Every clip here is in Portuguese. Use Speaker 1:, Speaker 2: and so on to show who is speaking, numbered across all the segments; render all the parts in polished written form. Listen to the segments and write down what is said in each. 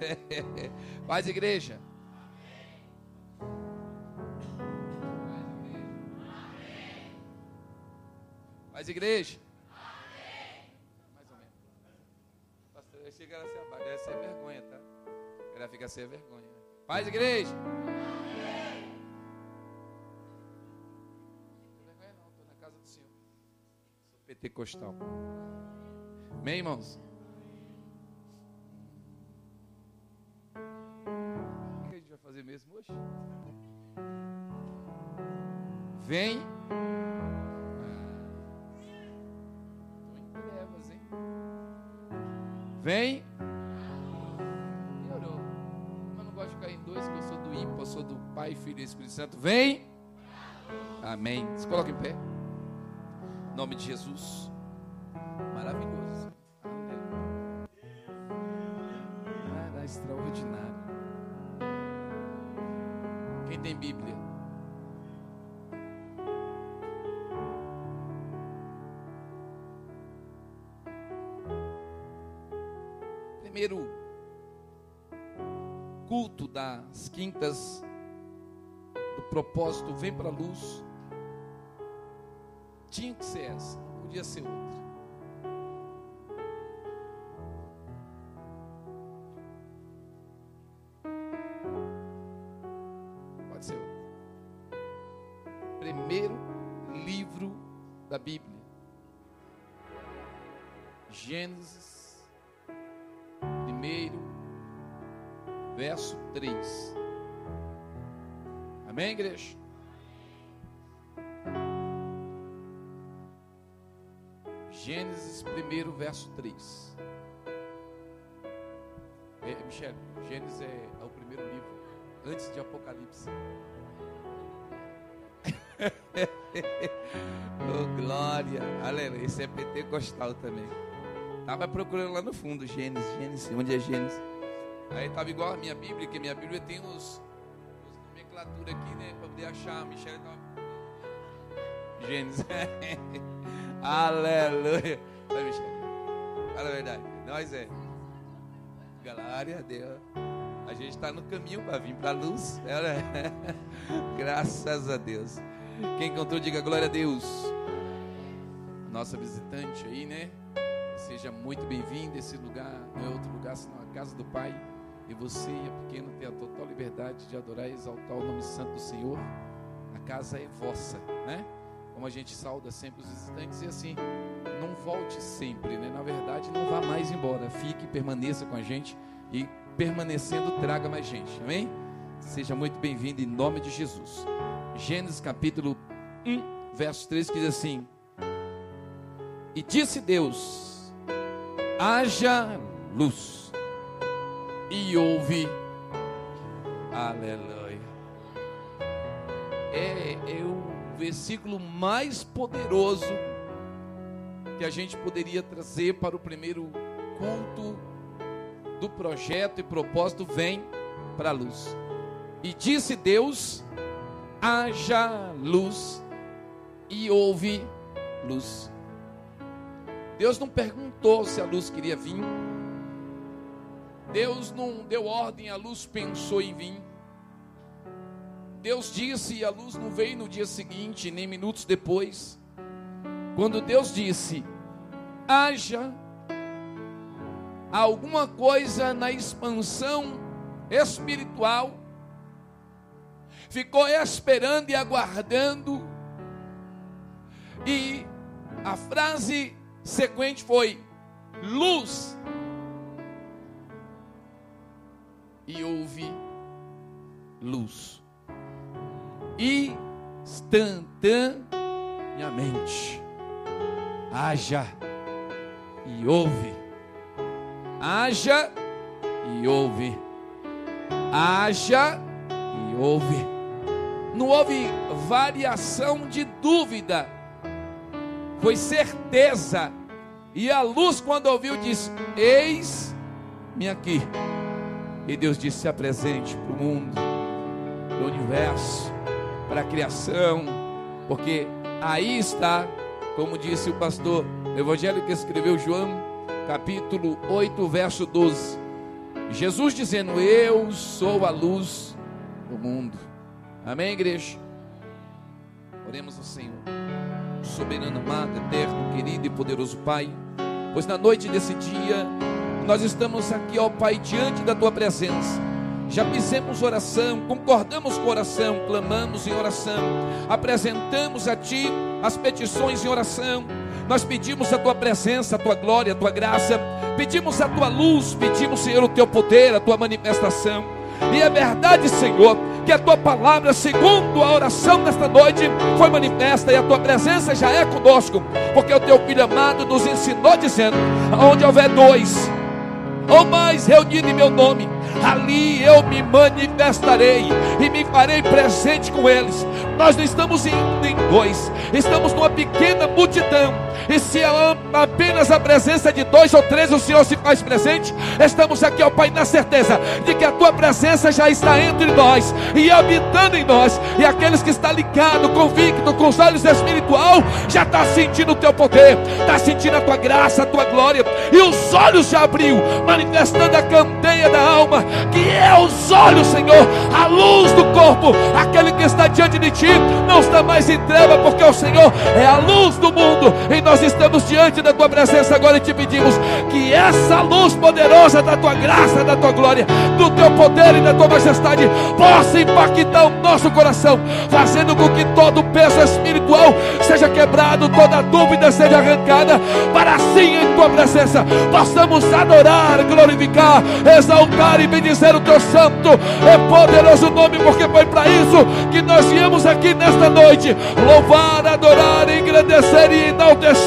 Speaker 1: Paz, igreja. Paz, igreja. Mais ou menos. Pastor, eu achei que era assim, deve ser vergonha, tá? Ela fica sem vergonha. Paz, igreja. Não tem vergonha não, estou na casa do Senhor. Sou pentecostal. Amém, irmãos? O que a gente vai fazer mesmo hoje? Vem. Estou em trevas, hein? Vem. Melhorou. Mas eu não gosto de ficar em dois, porque eu sou do ímpar, eu sou do Pai, Filho e Espírito Santo. Vem. Amém. Se coloca em pé. Em nome de Jesus. Maravilhoso. Era extraordinário. Quem tem Bíblia? Primeiro culto das quintas do propósito Vem para a Luz tinha que ser essa, não podia ser outra. Pode ser outra. Primeiro livro da Bíblia, Gênesis, primeiro verso 3. Amém, igreja? Gênesis, primeiro verso 3. Michele, Gênesis é o primeiro livro, antes de Apocalipse. Oh, glória, aleluia. Esse é pentecostal também. Estava procurando lá no fundo, Gênesis, onde é Gênesis? Aí estava igual a minha Bíblia, que minha Bíblia tem os nomenclatura aqui, né, para poder achar. A Michele estava... Gênesis. Aleluia. Vai, Michele. Fala a verdade. Nós é. Glória a Deus. A gente está no caminho para vir para a luz. Graças a Deus. Quem encontrou, diga glória a Deus. Nossa visitante aí, né? Seja muito bem-vindo. Esse lugar não é outro lugar senão a casa do Pai. E você e a pequena tem a total liberdade de adorar e exaltar o nome santo do Senhor. A casa é vossa, né? Como a gente sauda sempre os visitantes. E assim, não volte sempre, né? Na verdade, não vá mais embora. Fique, permaneça com a gente. E permanecendo, traga mais gente. Amém? Seja muito bem-vindo em nome de Jesus. Gênesis capítulo 1, verso 3, que diz assim: E disse Deus: haja luz. E houve. Aleluia. É o versículo mais poderoso que a gente poderia trazer para o primeiro culto do projeto e propósito Vem para a Luz. E disse Deus: haja luz. E houve luz. Deus não perguntou se a luz queria vir. Deus não deu ordem, a luz pensou em vir. Deus disse e a luz não veio no dia seguinte, nem minutos depois. Quando Deus disse: haja, alguma coisa na expansão espiritual ficou esperando e aguardando. E a frase sequente foi: luz. E houve luz. Instantaneamente. Haja e houve. Haja e houve. Haja e houve. Não houve variação de dúvida. Foi certeza. E a luz, quando ouviu, disse: eis-me aqui. E Deus disse: se apresente para o mundo, para o universo, para a criação, porque aí está, como disse o pastor, o evangelho que escreveu João, capítulo 8, verso 12. Jesus dizendo: eu sou a luz do mundo. Amém, igreja? Oremos ao Senhor. Soberano, amado, eterno, querido e poderoso Pai, pois na noite desse dia nós estamos aqui, ó Pai, diante da Tua presença. Já fizemos oração, concordamos com a oração, clamamos em oração, apresentamos a Ti as petições em oração. Nós pedimos a Tua presença, a Tua glória, a Tua graça, pedimos a Tua luz, pedimos, Senhor, o Teu poder, a Tua manifestação. E é verdade, Senhor, que a Tua palavra, segundo a oração nesta noite, foi manifesta, e a Tua presença já é conosco, porque o Teu Filho amado nos ensinou dizendo: onde houver dois ou mais reunidos em meu nome, ali eu me manifestarei e me farei presente com eles. Nós não estamos indo em dois, estamos numa pequena multidão. E se apenas a presença de 2 ou 3 o Senhor se faz presente, estamos aqui, ó Pai, na certeza de que a Tua presença já está entre nós e habitando em nós. E aqueles que estão ligados, convictos, com os olhos espiritual, já está sentindo o Teu poder, está sentindo a Tua graça, a Tua glória. E os olhos já abriu, manifestando a candeia da alma, que é os olhos, Senhor, a luz do corpo. Aquele que está diante de Ti não está mais em treva, porque o Senhor é a luz do mundo. E nós estamos diante da Tua presença agora e Te pedimos que essa luz poderosa da Tua graça, da Tua glória, do Teu poder e da Tua majestade possa impactar o nosso coração, fazendo com que todo o peso espiritual seja quebrado, toda dúvida seja arrancada, para assim em Tua presença possamos adorar, glorificar, exaltar e bendizer o Teu santo e poderoso nome, porque foi para isso que nós viemos aqui nesta noite: louvar, adorar, engrandecer e enaltecer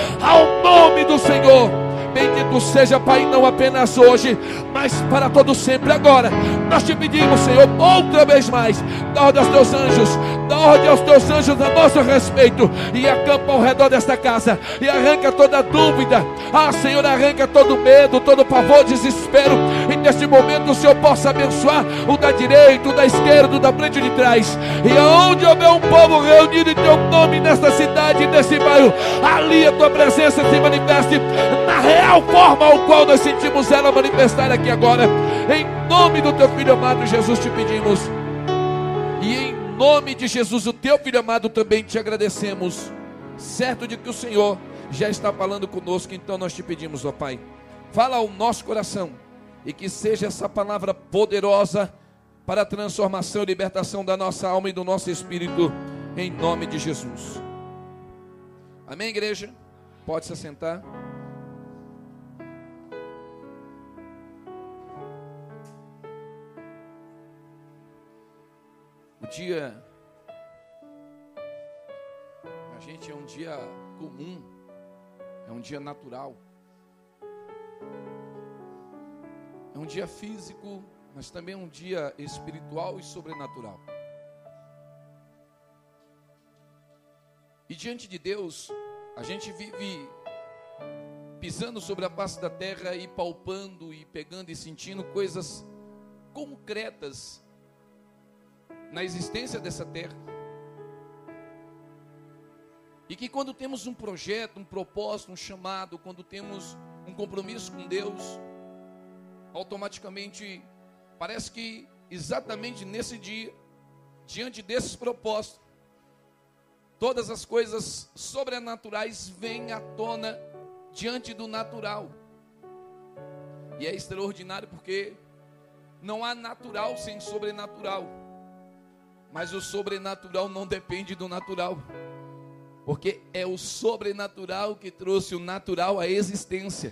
Speaker 1: ao nome do Senhor. Bendito seja, Pai, não apenas hoje, mas para todo sempre. Agora nós Te pedimos, Senhor, outra vez mais, dá ordem aos Teus anjos, dá ordem aos Teus anjos a nosso respeito, e acampa ao redor desta casa, e arranca toda dúvida. Senhor, arranca todo medo, todo pavor, desespero. E neste momento o Senhor possa abençoar o da direita, o da esquerda, o da frente e de trás. E aonde houver um povo reunido em Teu nome, nesta cidade, nesse bairro, ali a Tua presença se manifeste na real forma ao qual nós sentimos ela manifestar aqui agora. Em nome do Teu Filho amado Jesus Te pedimos, e em nome de Jesus, o Teu Filho amado, também Te agradecemos, certo de que o Senhor já está falando conosco. Então nós Te pedimos, ó Pai, fala ao nosso coração, e que seja essa palavra poderosa para a transformação e libertação da nossa alma e do nosso espírito, em nome de Jesus. Amém, igreja? Pode se assentar. O dia a gente é um dia comum, é um dia natural, é um dia físico, mas também é um dia espiritual e sobrenatural. E diante de Deus, a gente vive pisando sobre a face da terra e palpando e pegando e sentindo coisas concretas na existência dessa terra. E que quando temos um projeto, um propósito, um chamado, quando temos um compromisso com Deus, automaticamente parece que exatamente nesse dia, diante desses propósitos, todas as coisas sobrenaturais vêm à tona diante do natural. E é extraordinário porque não há natural sem sobrenatural. Mas o sobrenatural não depende do natural, porque é o sobrenatural que trouxe o natural à existência.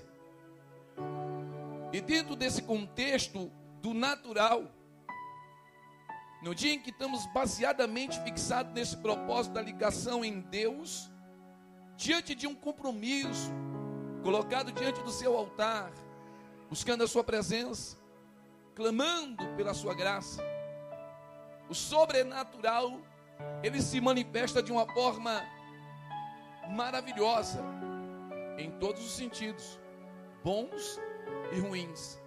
Speaker 1: E dentro desse contexto do natural, no dia em que estamos baseadamente fixados nesse propósito da ligação em Deus, diante de um compromisso, colocado diante do seu altar, buscando a sua presença, clamando pela sua graça, o sobrenatural, ele se manifesta de uma forma maravilhosa, em todos os sentidos, bons e ruins.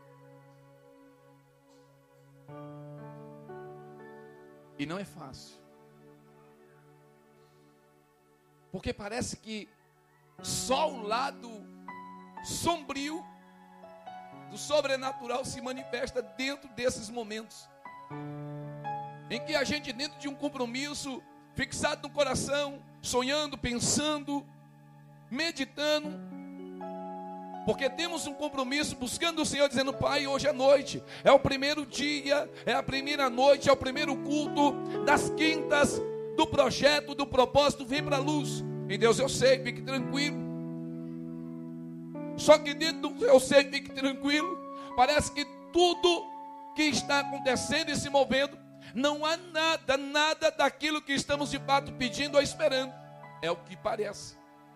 Speaker 1: E não é fácil, porque parece que só o lado sombrio do sobrenatural se manifesta dentro desses momentos, em que a gente, dentro de um compromisso, fixado no coração, sonhando, pensando, meditando, porque temos um compromisso, buscando o Senhor, dizendo: Pai, hoje à noite é o primeiro dia, é a primeira noite, é o primeiro culto das quintas do projeto, do propósito, vem para a luz. E Deus, eu sei, fique tranquilo. Só que dentro do eu sei, fique tranquilo, parece que tudo que está acontecendo e se movendo, não há nada daquilo que estamos de fato pedindo ou esperando. É o que parece.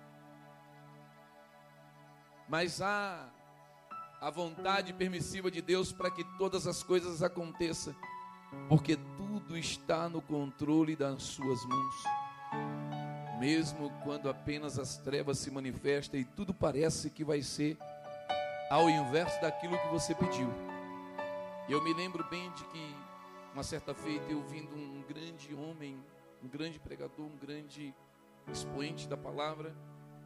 Speaker 1: Mas há a vontade permissiva de Deus para que todas as coisas aconteçam, porque tudo está no controle das suas mãos. Mesmo quando apenas as trevas se manifestam e tudo parece que vai ser ao inverso daquilo que você pediu. Eu me lembro bem de que uma certa feita eu ouvindo um grande homem, um grande pregador, um grande expoente da palavra,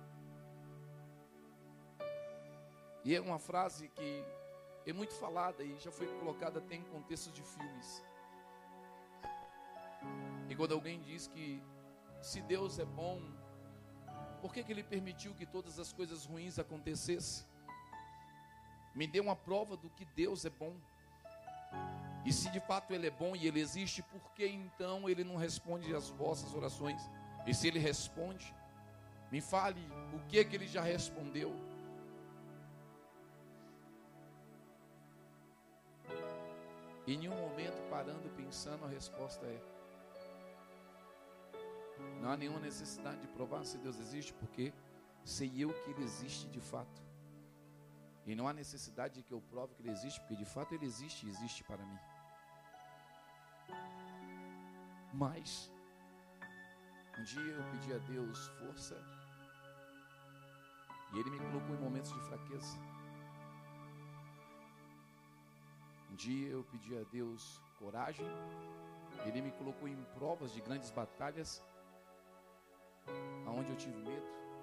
Speaker 1: e é uma frase que é muito falada e já foi colocada até em contextos de filmes. E quando alguém diz que se Deus é bom, por que Ele permitiu que todas as coisas ruins acontecessem? Me dê uma prova do que Deus é bom. E se de fato Ele é bom e Ele existe, por que então Ele não responde às vossas orações? E se Ele responde, me fale o que Ele já respondeu. Em nenhum momento parando, pensando, a resposta é: não há nenhuma necessidade de provar se Deus existe, porque sei eu que Ele existe de fato. E não há necessidade de que eu prove que Ele existe, porque de fato Ele existe e existe para mim. Mas um dia eu pedi a Deus força, e Ele me colocou em momentos de fraqueza. Um dia eu pedi a Deus coragem, Ele me colocou em provas de grandes batalhas, aonde eu tive medo.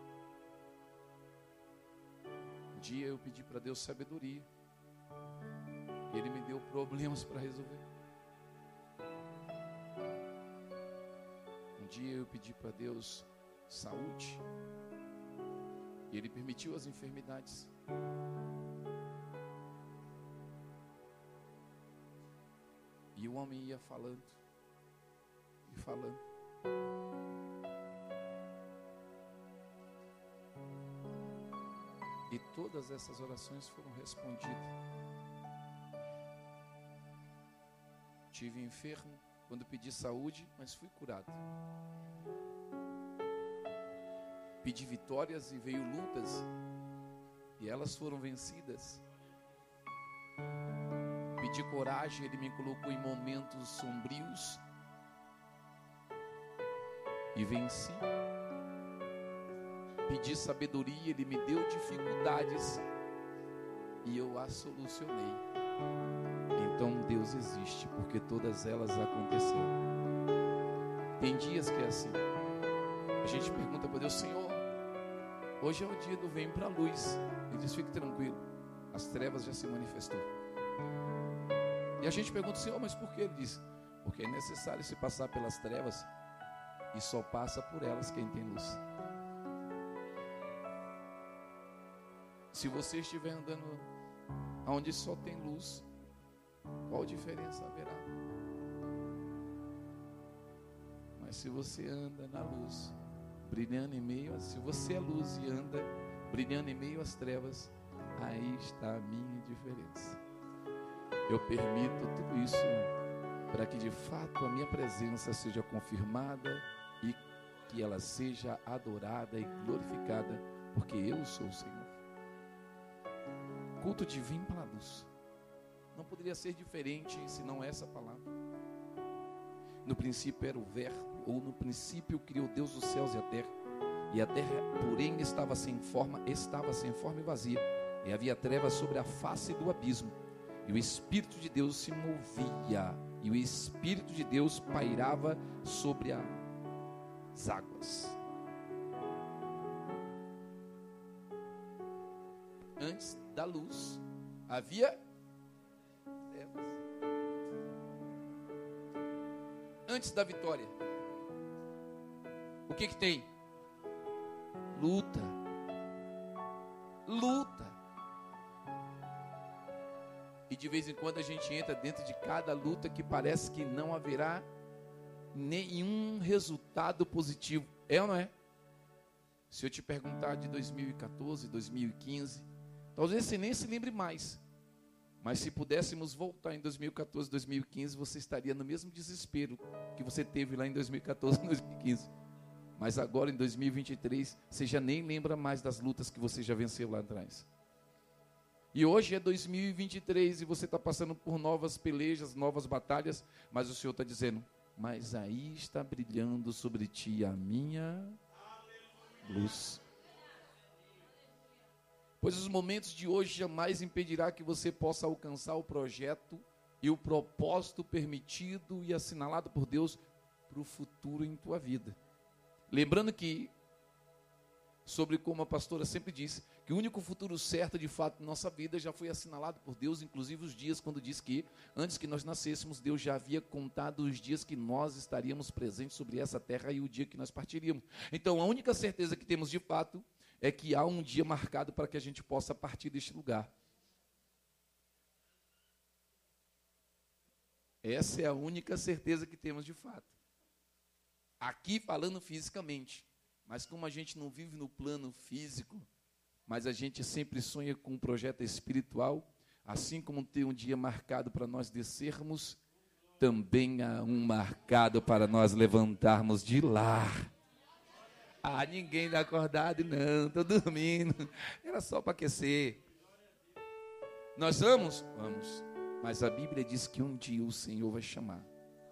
Speaker 1: Um dia eu pedi para Deus sabedoria, Ele me deu problemas para resolver. Um dia eu pedi para Deus saúde, e Ele permitiu as enfermidades. E o homem ia falando e falando. E todas essas orações foram respondidas. Tive enfermo quando pedi saúde, mas fui curado. Pedi vitórias e veio lutas, e elas foram vencidas. Pedi coragem, Ele me colocou em momentos sombrios e venci. Pedi sabedoria, Ele me deu dificuldades e eu as solucionei. Então Deus existe, porque todas elas aconteceram. Tem dias que é assim, a gente pergunta para Deus: Senhor, hoje é o dia do vem para a luz. Ele diz: fique tranquilo, as trevas já se manifestou. E a gente pergunta: Senhor, mas por que? Ele diz: porque é necessário se passar pelas trevas, e só passa por elas quem tem luz. Se você estiver andando onde só tem luz, qual diferença haverá? Mas se você anda na luz, brilhando em meio, se você é luz e anda brilhando em meio às trevas, aí está a minha diferença. Eu permito tudo isso para que de fato a minha presença seja confirmada e que ela seja adorada e glorificada, porque eu sou o Senhor. Culto divino para a luz. Não poderia ser diferente senão essa palavra. No princípio era o verbo, ou no princípio criou Deus os céus e a terra. E a terra, porém, estava sem forma e vazia. E havia trevas sobre a face do abismo. E o Espírito de Deus se movia. E o Espírito de Deus pairava sobre as águas. Antes da luz, Havia trevas. Antes da vitória, o que tem? Luta. Luta. E de vez em quando a gente entra dentro de cada luta que parece que não haverá nenhum resultado positivo. É ou não é? Se eu te perguntar de 2014, 2015, talvez você nem se lembre mais. Mas se pudéssemos voltar em 2014, 2015, você estaria no mesmo desespero que você teve lá em 2014, 2015. Mas agora em 2023, você já nem lembra mais das lutas que você já venceu lá atrás. E hoje é 2023 e você está passando por novas pelejas, novas batalhas, mas o Senhor está dizendo, mas aí está brilhando sobre ti a minha luz. Pois os momentos de hoje jamais impedirá que você possa alcançar o projeto e o propósito permitido e assinalado por Deus para o futuro em tua vida. Lembrando que, sobre como a pastora sempre disse, que o único futuro certo de fato em nossa vida já foi assinalado por Deus, inclusive os dias quando diz que, antes que nós nascêssemos, Deus já havia contado os dias que nós estaríamos presentes sobre essa terra e o dia que nós partiríamos. Então, a única certeza que temos de fato é que há um dia marcado para que a gente possa partir deste lugar. Essa é a única certeza que temos de fato. Aqui falando fisicamente, mas como a gente não vive no plano físico, mas a gente sempre sonha com um projeto espiritual, assim como tem um dia marcado para nós descermos, também há um marcado para nós levantarmos de lá. Ah, ninguém está acordado, não, estou dormindo, era só para aquecer. Nós vamos? Vamos, mas a Bíblia diz que um dia o Senhor vai chamar.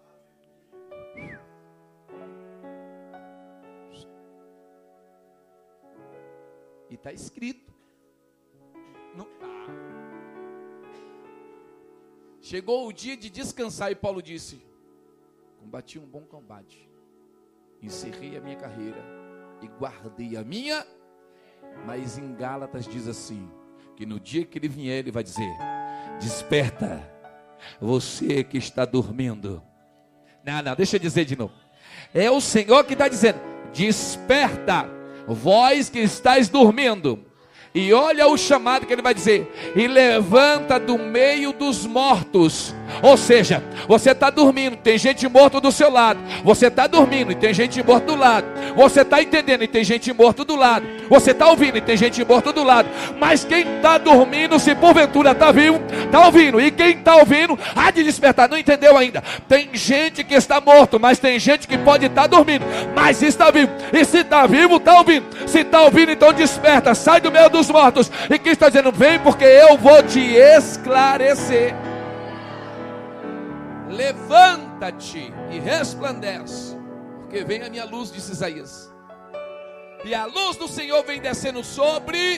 Speaker 1: E está escrito. Não tá. Chegou o dia de descansar e Paulo disse, combati um bom combate, encerrei a minha carreira e guardei a minha. Mas em Gálatas diz assim, que no dia que ele vier ele vai dizer, desperta, você que está dormindo. Não, deixa eu dizer de novo. É o Senhor que está dizendo, desperta, vós que estáis dormindo, e olha o chamado que ele vai dizer, e levanta do meio dos mortos. Ou seja, você está dormindo, tem gente morta do seu lado. Você está dormindo e tem gente morta do lado. Você está entendendo e tem gente morta do lado. Você está ouvindo e tem gente morta do lado. Mas quem está dormindo, se porventura está vivo, está ouvindo. E quem está ouvindo, há de despertar. Não entendeu ainda? Tem gente que está morto, mas tem gente que pode estar dormindo, mas está vivo. E se está vivo, está ouvindo. Se está ouvindo, então desperta, sai do meio dos mortos. E quem está dizendo, vem porque eu vou te esclarecer. Levanta-te e resplandece, porque vem a minha luz, disse Isaías. E a luz do Senhor vem descendo sobre.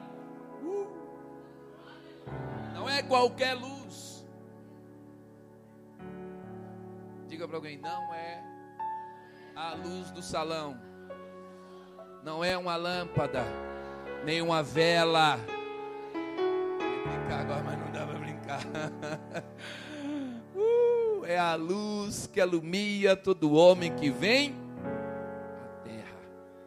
Speaker 1: Não é qualquer luz. Diga para alguém, não é a luz do salão. Não é uma lâmpada, nem uma vela. Eu ia brincar agora, mas não dá para brincar. É a luz que alumia todo homem que vem à terra.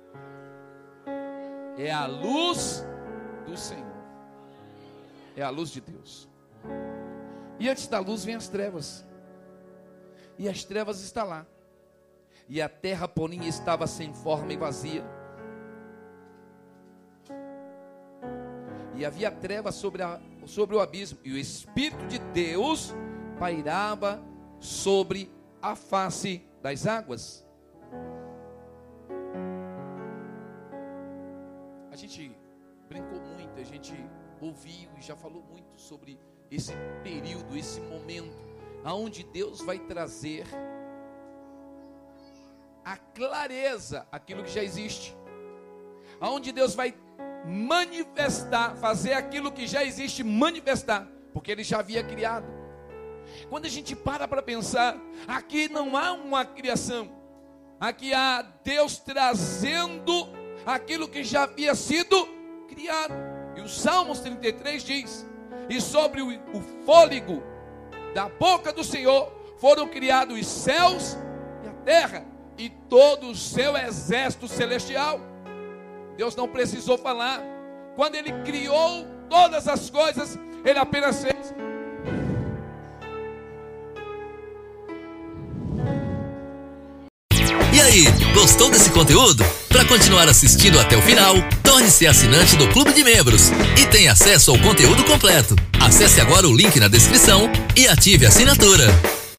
Speaker 1: É a luz do Senhor. É a luz de Deus. E antes da luz vem as trevas. E as trevas estão lá. E a terra, porém, estava sem forma e vazia. E havia trevas sobre o abismo. E o Espírito de Deus pairava sobre a face das águas. A gente brincou muito, a gente ouviu e já falou muito sobre esse período, esse momento, aonde Deus vai trazer a clareza, aquilo que já existe, aonde Deus vai manifestar, fazer aquilo que já existe manifestar, porque Ele já havia criado. Quando a gente para pensar, aqui não há uma criação, aqui há Deus trazendo aquilo que já havia sido criado. E o Salmos 33 diz e sobre o fôlego da boca do Senhor foram criados os céus e a terra e todo o seu exército celestial. Deus não precisou falar. Quando Ele criou todas as coisas, Ele apenas fez.
Speaker 2: E aí, gostou desse conteúdo? Para continuar assistindo até o final, torne-se assinante do Clube de Membros e tenha acesso ao conteúdo completo. Acesse agora o link na descrição e ative a assinatura.